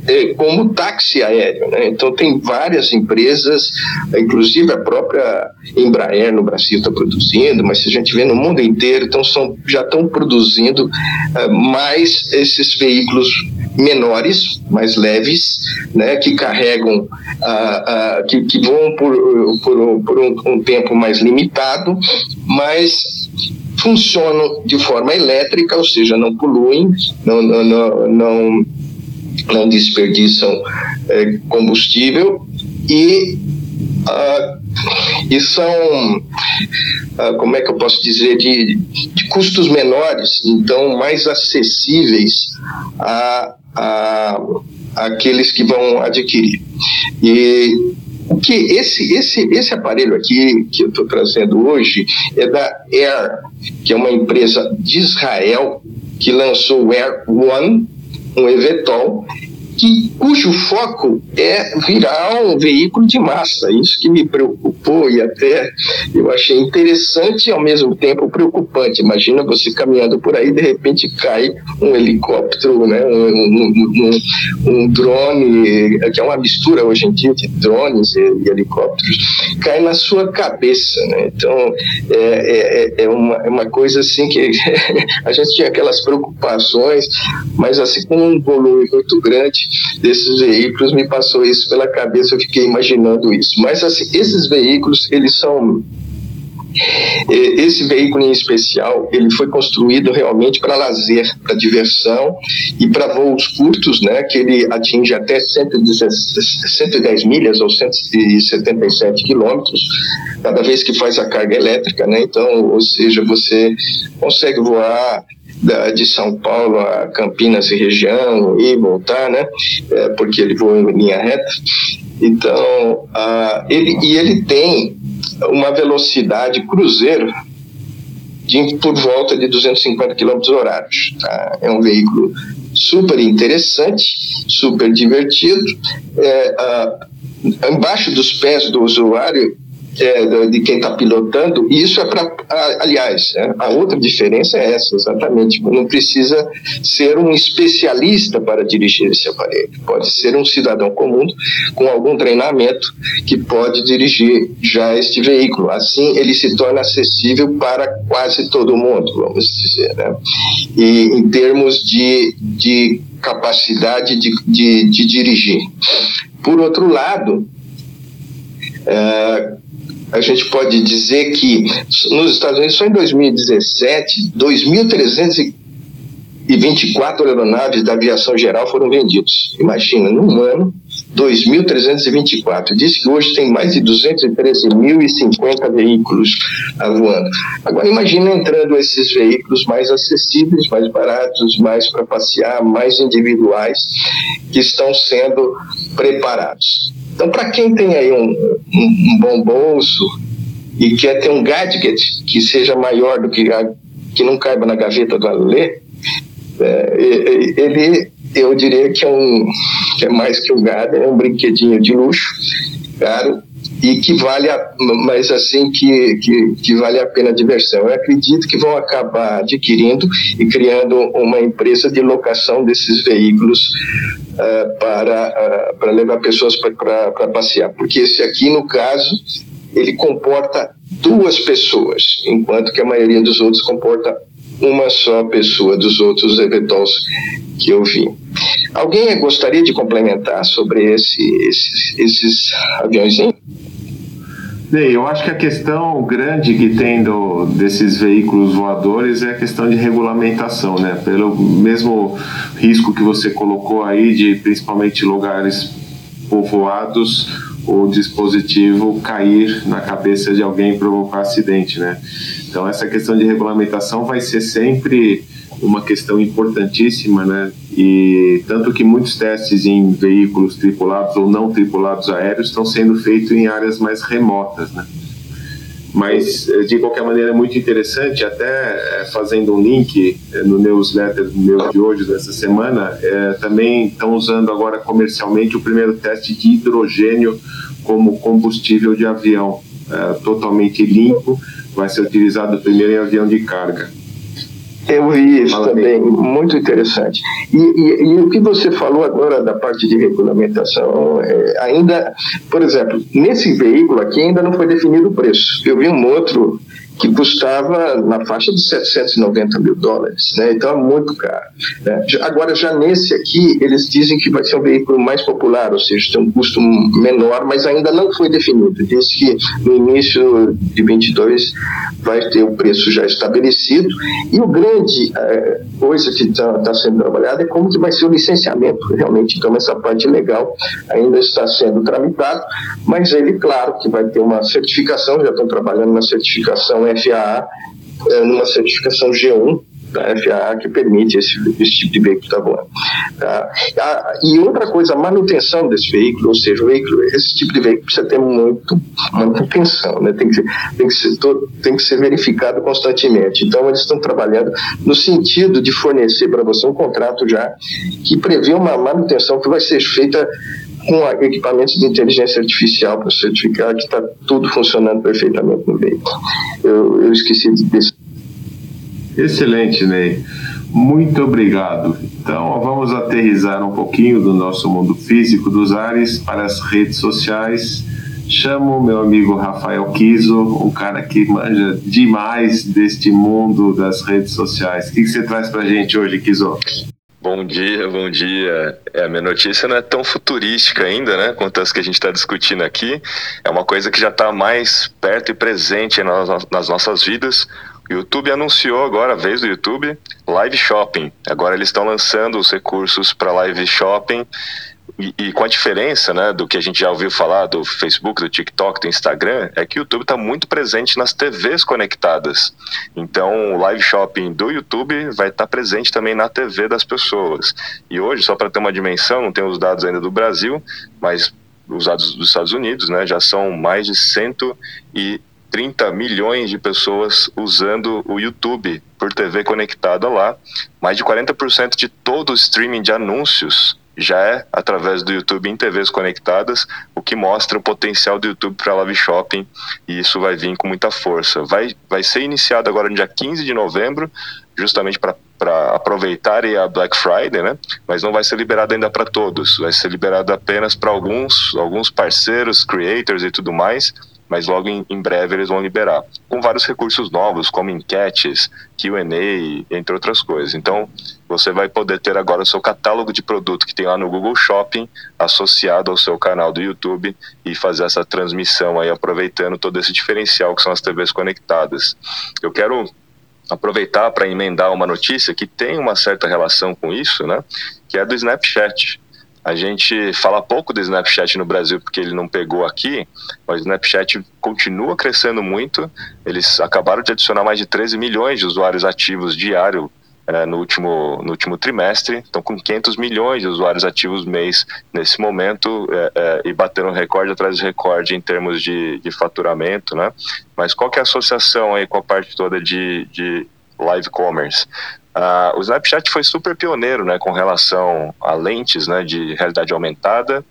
é, como táxi aéreo, né? Então tem várias empresas, inclusive a própria Embraer no Brasil está produzindo, mas se a gente vê no mundo inteiro, então são, já estão produzindo uh, mais esses veículos menores, mais leves, né, que carregam, uh, uh, que, que voam por, por, por um, um tempo mais limitado, mas funcionam de forma elétrica, ou seja, não poluem, não, não, não, não, não desperdiçam é, combustível e, uh, e são, uh, como é que eu posso dizer, de, de custos menores, então mais acessíveis a, a, a aqueles que vão adquirir. E o que esse, esse, esse aparelho aqui que eu estou trazendo hoje é da Air, que é uma empresa de Israel que lançou o Air One, um eVTOL, que, cujo foco é virar um veículo de massa. Isso que me preocupou e até eu achei interessante e ao mesmo tempo preocupante. Imagina você caminhando por aí, de repente cai um helicóptero, né, um, um, um, um drone, que é uma mistura hoje em dia de drones e, e helicópteros, cai na sua cabeça, né? Então é, é, é, uma, é uma coisa assim que a gente tinha aquelas preocupações, mas assim com um volume muito grande desses veículos, me passou isso pela cabeça, eu fiquei imaginando isso. Mas assim, esses veículos, eles são... Esse veículo em especial, ele foi construído realmente para lazer, para diversão e para voos curtos, né, que ele atinge até cento e dez milhas ou cento e setenta e sete quilômetros, cada vez que faz a carga elétrica, né? Então, ou seja, você consegue voar de São Paulo a Campinas e região e voltar, né? É, porque ele voa em linha reta. Então, uh, ele, e ele tem uma velocidade cruzeiro de por volta de duzentos e cinquenta quilômetros horários. Tá? É um veículo super interessante, super divertido. É, uh, embaixo dos pés do usuário, É, de quem está pilotando, e isso é para, aliás, é, a outra diferença é essa, exatamente, não precisa ser um especialista para dirigir esse aparelho, pode ser um cidadão comum com algum treinamento que pode dirigir já este veículo, assim ele se torna acessível para quase todo mundo, vamos dizer, né? E em termos de, de capacidade de, de, de dirigir. Por outro lado, é, a gente pode dizer que nos Estados Unidos, só em dois mil e dezessete, dois mil trezentos e vinte e quatro aeronaves da aviação geral foram vendidos. Imagina, num ano, dois mil trezentos e vinte e quatro. Diz que hoje tem mais de duzentos e treze mil e cinquenta veículos voando. Agora imagina entrando esses veículos mais acessíveis, mais baratos, mais para passear, mais individuais, que estão sendo preparados. Então, para quem tem aí um, um, um bom bolso e quer ter um gadget que seja maior do que, a, que não caiba na gaveta do Alê, é, ele, eu diria que é, um, que é mais que um gadget, é um brinquedinho de luxo, caro, e que vale a, mas assim que, que, que vale a pena a diversão. Eu acredito que vão acabar adquirindo e criando uma empresa de locação desses veículos uh, para, uh, para levar pessoas para passear, porque esse aqui, no caso, ele comporta duas pessoas, enquanto que a maioria dos outros comporta uma só pessoa, dos outros eVTOLs que eu vi. Alguém gostaria de complementar sobre esse, esses, esses aviãozinhos? Bem, eu acho que a questão grande que tem do, desses veículos voadores é a questão de regulamentação, né? Pelo mesmo risco que você colocou aí de principalmente lugares povoados, o dispositivo cair na cabeça de alguém e provocar acidente, né? Então essa questão de regulamentação vai ser sempre uma questão importantíssima, né? E tanto que muitos testes em veículos tripulados ou não tripulados aéreos estão sendo feitos em áreas mais remotas, né? Mas, de qualquer maneira, é muito interessante, até fazendo um link no newsletter meu de hoje, dessa semana, é, também estão usando agora comercialmente o primeiro teste de hidrogênio como combustível de avião, é, totalmente limpo, vai ser utilizado primeiro em avião de carga. Eu vi isso Fala também, bem. Muito interessante. E, e, e o que você falou agora da parte de regulamentação, é, ainda, por exemplo, nesse veículo aqui ainda não foi definido o preço. Eu vi um outro que custava na faixa de setecentos e noventa mil dólares, né? Então é muito caro, né? Agora, já nesse aqui, eles dizem que vai ser um veículo mais popular, ou seja, tem um custo menor, mas ainda não foi definido. Diz que no início de vinte e dois vai ter o preço já estabelecido, e o grande é, coisa que está tá sendo trabalhada é como que vai ser o licenciamento, realmente. Então essa parte legal ainda está sendo tramitado, mas ele, claro, que vai ter uma certificação, já estão trabalhando na certificação F A A, numa certificação G um da F A A que permite esse, esse tipo de veículo estar voando. Tá? E outra coisa, a manutenção desse veículo, ou seja, o veículo, esse tipo de veículo precisa ter muito manutenção, né? tem, que ser, tem, que ser todo, tem que ser verificado constantemente. Então eles estão trabalhando no sentido de fornecer para você um contrato já que prevê uma manutenção que vai ser feita com equipamentos de inteligência artificial para certificar que está tudo funcionando perfeitamente no veículo. Eu, eu esqueci de dizer. Excelente, Ney. Muito obrigado. Então, vamos aterrissar um pouquinho do nosso mundo físico dos ares para as redes sociais. Chamo meu amigo Rafael Kiso, um cara que manja demais deste mundo das redes sociais. O que você traz para a gente hoje, Kiso? Bom dia, bom dia. É, a minha notícia não é tão futurística ainda, né, quanto as que a gente está discutindo aqui. É uma coisa que já está mais perto e presente nas, nas nossas vidas. O YouTube anunciou agora, a vez do YouTube, Live Shopping. Agora eles estão lançando os recursos para Live Shopping. E, e com a diferença, né, do que a gente já ouviu falar do Facebook, do TikTok, do Instagram, é que o YouTube está muito presente nas T Vs conectadas. Então, o live shopping do YouTube vai estar tá presente também na T V das pessoas. E hoje, só para ter uma dimensão, não tem os dados ainda do Brasil, mas os dados dos Estados Unidos, né, já são mais de cento e trinta milhões de pessoas usando o YouTube por T V conectada lá. Mais de quarenta por cento de todo o streaming de anúncios já é através do YouTube em T Vs conectadas, o que mostra o potencial do YouTube para live shopping, e isso vai vir com muita força. Vai, vai ser iniciado agora no dia quinze de novembro, justamente para aproveitar a Black Friday, né? Mas não vai ser liberado ainda para todos, vai ser liberado apenas para alguns, alguns parceiros, creators e tudo mais, mas logo em, em breve eles vão liberar, com vários recursos novos, como enquetes, Q and A, entre outras coisas. Então, você vai poder ter agora o seu catálogo de produto que tem lá no Google Shopping, associado ao seu canal do YouTube, e fazer essa transmissão aí, aproveitando todo esse diferencial que são as T Vs conectadas. Eu quero aproveitar para emendar uma notícia que tem uma certa relação com isso, né? Que é do Snapchat. A gente fala pouco do Snapchat no Brasil porque ele não pegou aqui, mas o Snapchat continua crescendo muito. Eles acabaram de adicionar mais de treze milhões de usuários ativos diário é, no, último, no último trimestre. Estão com quinhentos milhões de usuários ativos mês nesse momento, é, é, e batendo recorde atrás de recorde em termos de, de faturamento, né? Mas qual que é a associação aí com a parte toda de, de live commerce? Uh, o Snapchat foi super pioneiro, né, com relação a lentes, né, de realidade aumentada.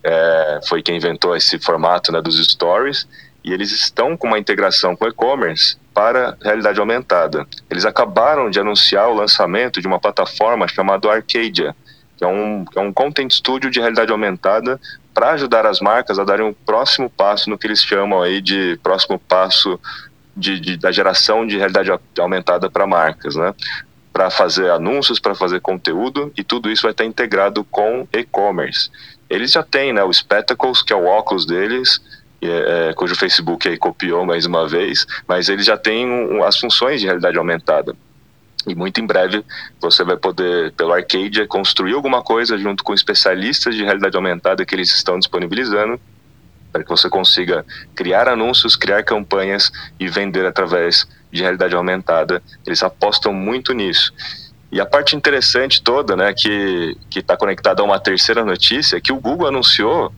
É, foi quem inventou esse formato, né, dos stories, e eles estão com uma integração com e-commerce para realidade aumentada. Eles acabaram de anunciar o lançamento de uma plataforma chamada Arcadia, que é um, que é um content studio de realidade aumentada para ajudar as marcas a darem um próximo passo no que eles chamam aí de próximo passo de, de, da geração de realidade aumentada para marcas, né? Para fazer anúncios, para fazer conteúdo, e tudo isso vai estar integrado com e-commerce. Eles já têm, né, o Spectacles, que é o óculos deles, é, é, cujo Facebook aí copiou mais uma vez, mas eles já têm um, as funções de realidade aumentada. E muito em breve você vai poder, pelo Arcadia, construir alguma coisa junto com especialistas de realidade aumentada que eles estão disponibilizando, para que você consiga criar anúncios, criar campanhas e vender através de realidade aumentada. Eles apostam muito nisso. E a parte interessante toda, né, que que está conectada a uma terceira notícia, é que o Google anunciou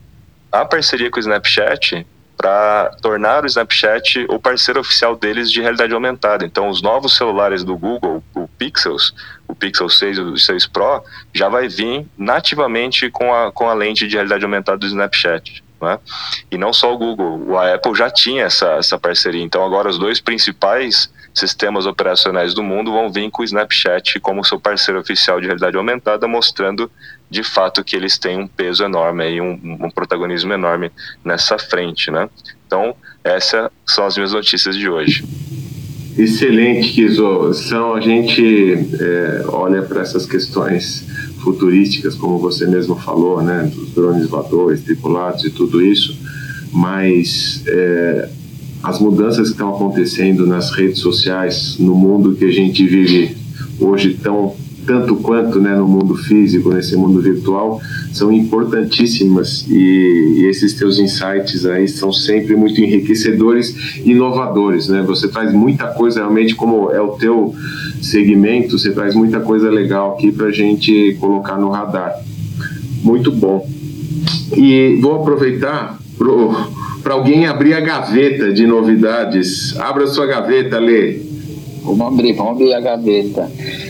a parceria com o Snapchat para tornar o Snapchat o parceiro oficial deles de realidade aumentada. Então, os novos celulares do Google, o Pixels, o Pixel seis e o seis Pro, já vai vir nativamente com a, com a lente de realidade aumentada do Snapchat. Né? E não só o Google, a Apple já tinha essa, essa parceria. Então agora os dois principais sistemas operacionais do mundo vão vir com o Snapchat como seu parceiro oficial de realidade aumentada, mostrando de fato que eles têm um peso enorme e um, um protagonismo enorme nessa frente, né? Então, essas são as minhas notícias de hoje. Excelente, Kizo. São, a gente é, olha para essas questões futurísticas, como você mesmo falou, né, dos drones voadores, tripulados e tudo isso, mas é, as mudanças que estão acontecendo nas redes sociais, no mundo que a gente vive hoje tão tanto quanto, né, no mundo físico, nesse mundo virtual, são importantíssimas, e, e esses teus insights aí são sempre muito enriquecedores e inovadores, né? Você traz muita coisa, realmente, como é o teu segmento, você traz muita coisa legal aqui para a gente colocar no radar. Muito bom. E vou aproveitar para alguém abrir a gaveta de novidades. Abra a sua gaveta, Lê. Vamos abrir, vamos abrir a gaveta.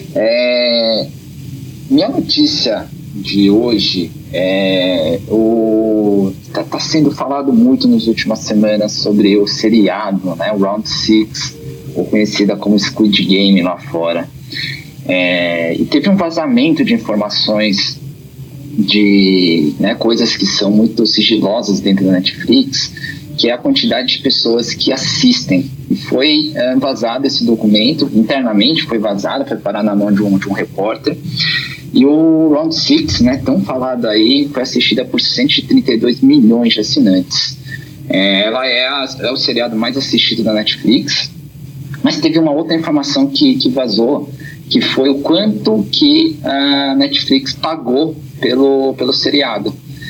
É, minha notícia de hoje é o tá, tá sendo falado muito nas últimas semanas sobre o seriado, né, o Round Six, ou conhecida como Squid Game lá fora. É, e teve um vazamento de informações de, né, coisas que são muito sigilosas dentro da Netflix, que é a quantidade de pessoas que assistem. E foi é, vazado esse documento, internamente foi vazado, foi parar na mão de um, de um repórter. E o Round Six, né, tão falado aí, foi assistida por cento e trinta e dois milhões de assinantes. É, ela é, a, é o seriado mais assistido da Netflix. Mas teve uma outra informação que, que vazou, que foi o quanto que a Netflix pagou pelo, pelo seriado.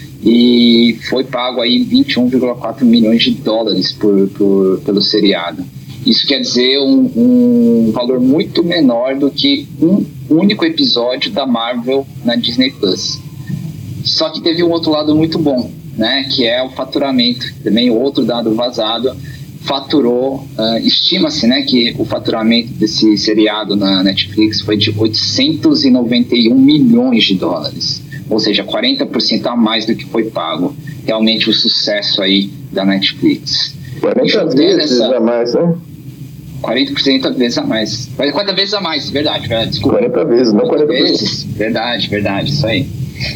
E foi pago aí vinte e um vírgula quatro milhões de dólares por, por, pelo seriado. Isso quer dizer um, um valor muito menor do que um único episódio da Marvel na Disney Plus. Só que teve um outro lado muito bom, né, que é o faturamento. Também outro dado vazado, faturou, uh, estima-se, né, que o faturamento desse seriado na Netflix foi de oitocentos e noventa e um milhões de dólares. Ou seja, quarenta por cento a mais do que foi pago. Realmente o sucesso aí da Netflix. quarenta vezes essa... a mais, né? quarenta por cento vezes a mais. quarenta vezes a mais, verdade, verdade. Desculpa. quarenta vezes, não quarenta vezes. Verdade, verdade, isso aí.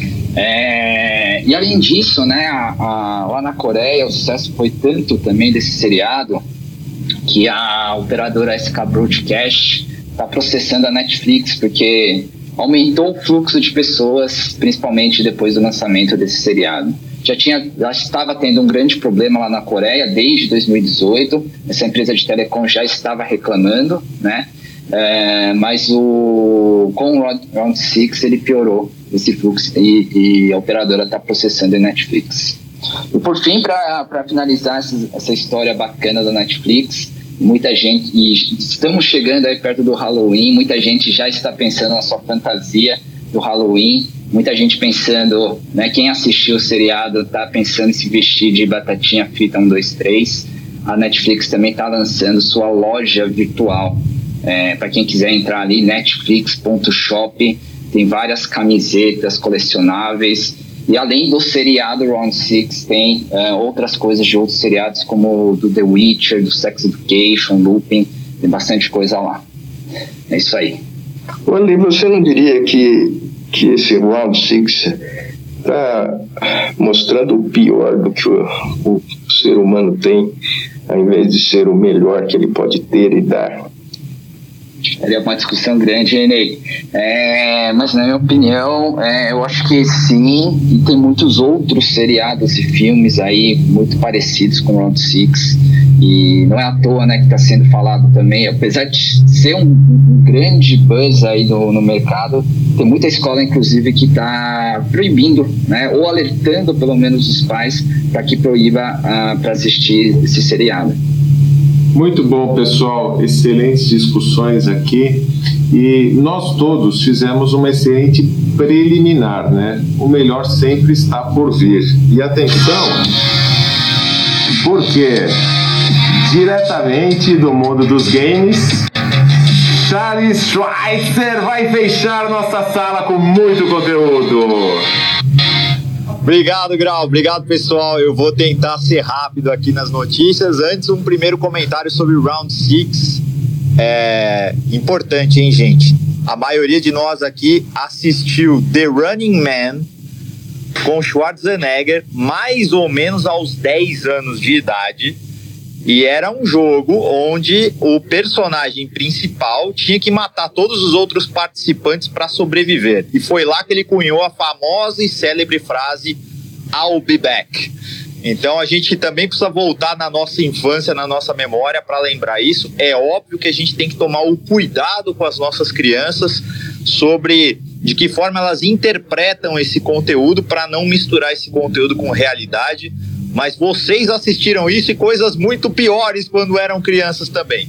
É... E além disso, né, a, a, lá na Coreia o sucesso foi tanto também desse seriado que a operadora S K Broadcast está processando a Netflix, porque aumentou o fluxo de pessoas, principalmente depois do lançamento desse seriado. Já, tinha, já estava tendo um grande problema lá na Coreia desde dois mil e dezoito, essa empresa de telecom já estava reclamando, né? É, mas o, com o Round Six ele piorou esse fluxo e, e a operadora está processando a Netflix. E por fim, para finalizar essa, essa história bacana da Netflix, muita gente, e estamos chegando aí perto do Halloween, muita gente já está pensando na sua fantasia do Halloween, muita gente pensando, né, quem assistiu o seriado está pensando em se vestir de batatinha frita um, dois, três. A Netflix também está lançando sua loja virtual, é, para quem quiser entrar ali, netflix ponto shop, tem várias camisetas colecionáveis. E além do seriado Round Six, tem uh, outras coisas de outros seriados, como do The Witcher, do Sex Education, Lupin, tem bastante coisa lá. É isso aí. Oli, você não diria que, que esse Round Six está mostrando o pior do que o, o ser humano tem, ao invés de ser o melhor que ele pode ter e dar? É uma discussão grande, hein, Ney? É, mas na minha opinião, é, eu acho que sim, e tem muitos outros seriados e filmes aí muito parecidos com Round Six, e não é à toa, né, que está sendo falado também, apesar de ser um, um grande buzz aí no, no mercado, tem muita escola inclusive que está proibindo, né, ou alertando pelo menos os pais para que proíba uh, para assistir esse seriado. Muito bom, pessoal, excelentes discussões aqui, e nós todos fizemos uma excelente preliminar, né? O melhor sempre está por vir. E atenção, porque diretamente do mundo dos games, Charles Schweitzer vai fechar nossa sala com muito conteúdo. Obrigado, Grau. Obrigado, pessoal. Eu vou tentar ser rápido aqui nas notícias. Antes, um primeiro comentário sobre o Round Six. é, importante, hein, gente? A maioria de nós aqui assistiu The Running Man com Schwarzenegger mais ou menos aos dez anos de idade, e era um jogo onde o personagem principal tinha que matar todos os outros participantes para sobreviver, e foi lá que ele cunhou a famosa e célebre frase I'll be back. Então a gente também precisa voltar na nossa infância, na nossa memória, para lembrar isso. É óbvio que a gente tem que tomar o cuidado com as nossas crianças sobre de que forma elas interpretam esse conteúdo, para não misturar esse conteúdo com realidade. Mas vocês assistiram isso e coisas muito piores quando eram crianças também.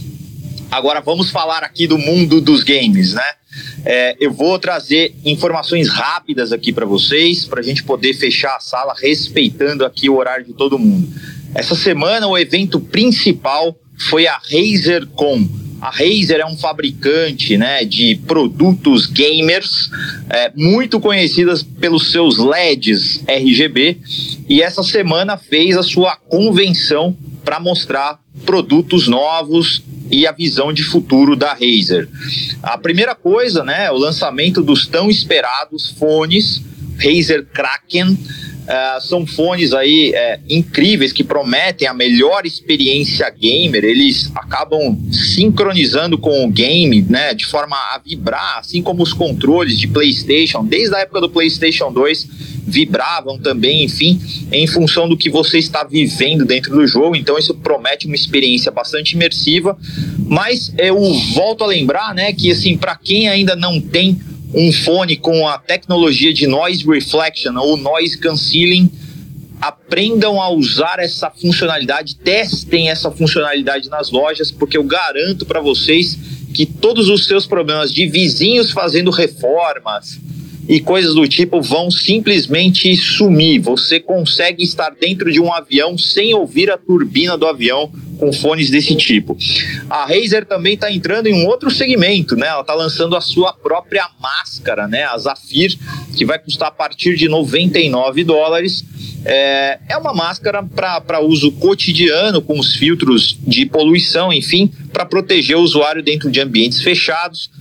Agora vamos falar aqui do mundo dos games, né? É, eu vou trazer informações rápidas aqui para vocês, para a gente poder fechar a sala respeitando aqui o horário de todo mundo. Essa semana o evento principal foi a RazerCon. A Razer é um fabricante, né, de produtos gamers, é, muito conhecidas pelos seus L E Ds R G B, e essa semana fez a sua convenção para mostrar produtos novos e a visão de futuro da Razer. A primeira coisa, né, o lançamento dos tão esperados fones Razer Kraken. Uh, são fones aí é, incríveis, que prometem a melhor experiência gamer. Eles acabam sincronizando com o game, né, de forma a vibrar, assim como os controles de PlayStation, desde a época do PlayStation dois, vibravam também, enfim, em função do que você está vivendo dentro do jogo. Então isso promete uma experiência bastante imersiva. Mas eu volto a lembrar, né, que assim, para quem ainda não tem um fone com a tecnologia de Noise Reflection ou Noise Cancelling, aprendam a usar essa funcionalidade, testem essa funcionalidade nas lojas, porque eu garanto para vocês que todos os seus problemas de vizinhos fazendo reformas e coisas do tipo vão simplesmente sumir. Você consegue estar dentro de um avião sem ouvir a turbina do avião com fones desse tipo. A Razer também está entrando em um outro segmento, né? Ela está lançando a sua própria máscara, né? A Zafir, que vai custar a partir de noventa e nove dólares. É, é uma máscara para uso cotidiano, com os filtros de poluição, enfim, para proteger o usuário dentro de ambientes fechados.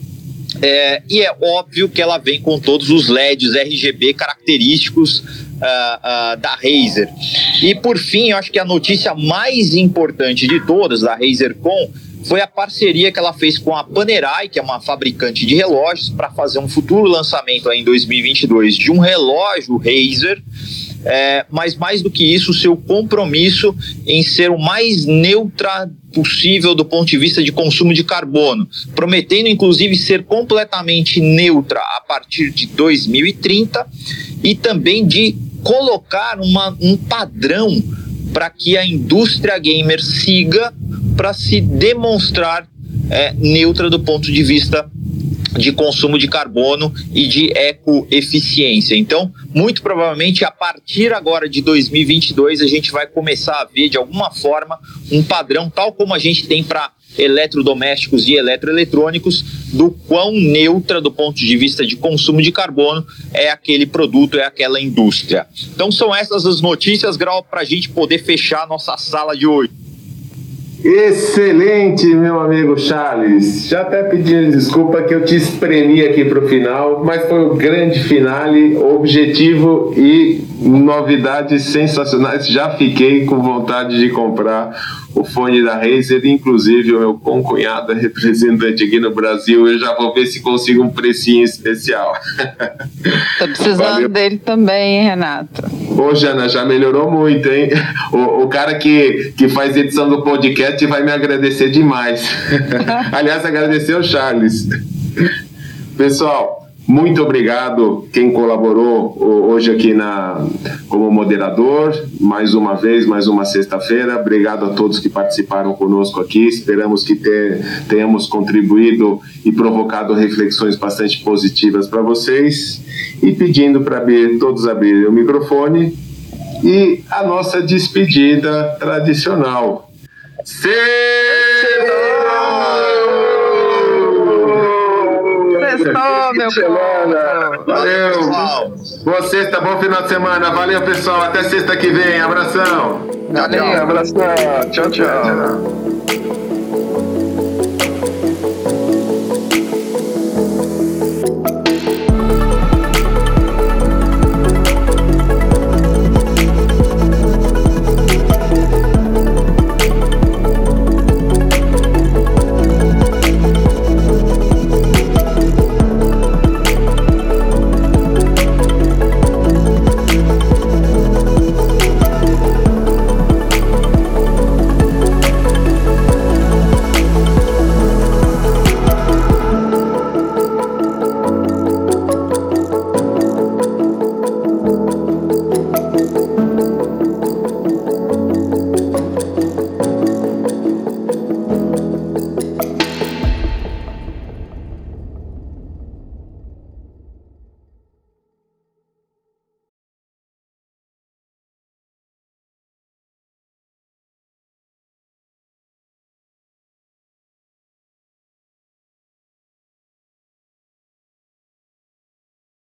É, e é óbvio que ela vem com todos os L E Ds R G B característicos uh, uh, da Razer. E por fim, eu acho que a notícia mais importante de todas da RazerCon foi a parceria que ela fez com a Panerai, que é uma fabricante de relógios, para fazer um futuro lançamento aí em dois mil e vinte e dois de um relógio Razer. É, mas mais do que isso, o seu compromisso em ser o mais neutra possível do ponto de vista de consumo de carbono, prometendo inclusive ser completamente neutra a partir de dois mil e trinta, e também de colocar uma, um padrão para que a indústria gamer siga, para se demonstrar é, neutra do ponto de vista de consumo de carbono e de ecoeficiência. Então, muito provavelmente, a partir agora de dois mil e vinte e dois, a gente vai começar a ver, de alguma forma, um padrão, tal como a gente tem para eletrodomésticos e eletroeletrônicos, do quão neutra, do ponto de vista de consumo de carbono, é aquele produto, é aquela indústria. Então, são essas as notícias, Grau, para a gente poder fechar a nossa sala de hoje. Excelente, meu amigo Charles. Já até pedi desculpa que eu te espremi aqui para o final, mas foi um grande finale, objetivo e novidades sensacionais. Já fiquei com vontade de comprar o fone da Razer, inclusive o meu concunhado é representante aqui no Brasil. Eu já vou ver se consigo um precinho especial. Tô precisando Valeu. dele também, hein, Renato? Ô, Jana, já melhorou muito, hein? O, o cara que, que faz edição do podcast vai me agradecer demais. Aliás, agradecer ao Charles. Pessoal, muito obrigado quem colaborou hoje aqui na, como moderador, mais uma vez, mais uma sexta-feira. Obrigado a todos que participaram conosco aqui. Esperamos que ter, tenhamos contribuído e provocado reflexões bastante positivas para vocês. E pedindo para abrir, todos abrirem o microfone e a nossa despedida tradicional. Sextou! Sextou, meu povo! Valeu! Boa sexta, bom final de semana. Valeu, pessoal. Até sexta que vem. Abração. Valeu. Abração. Tchau, tchau.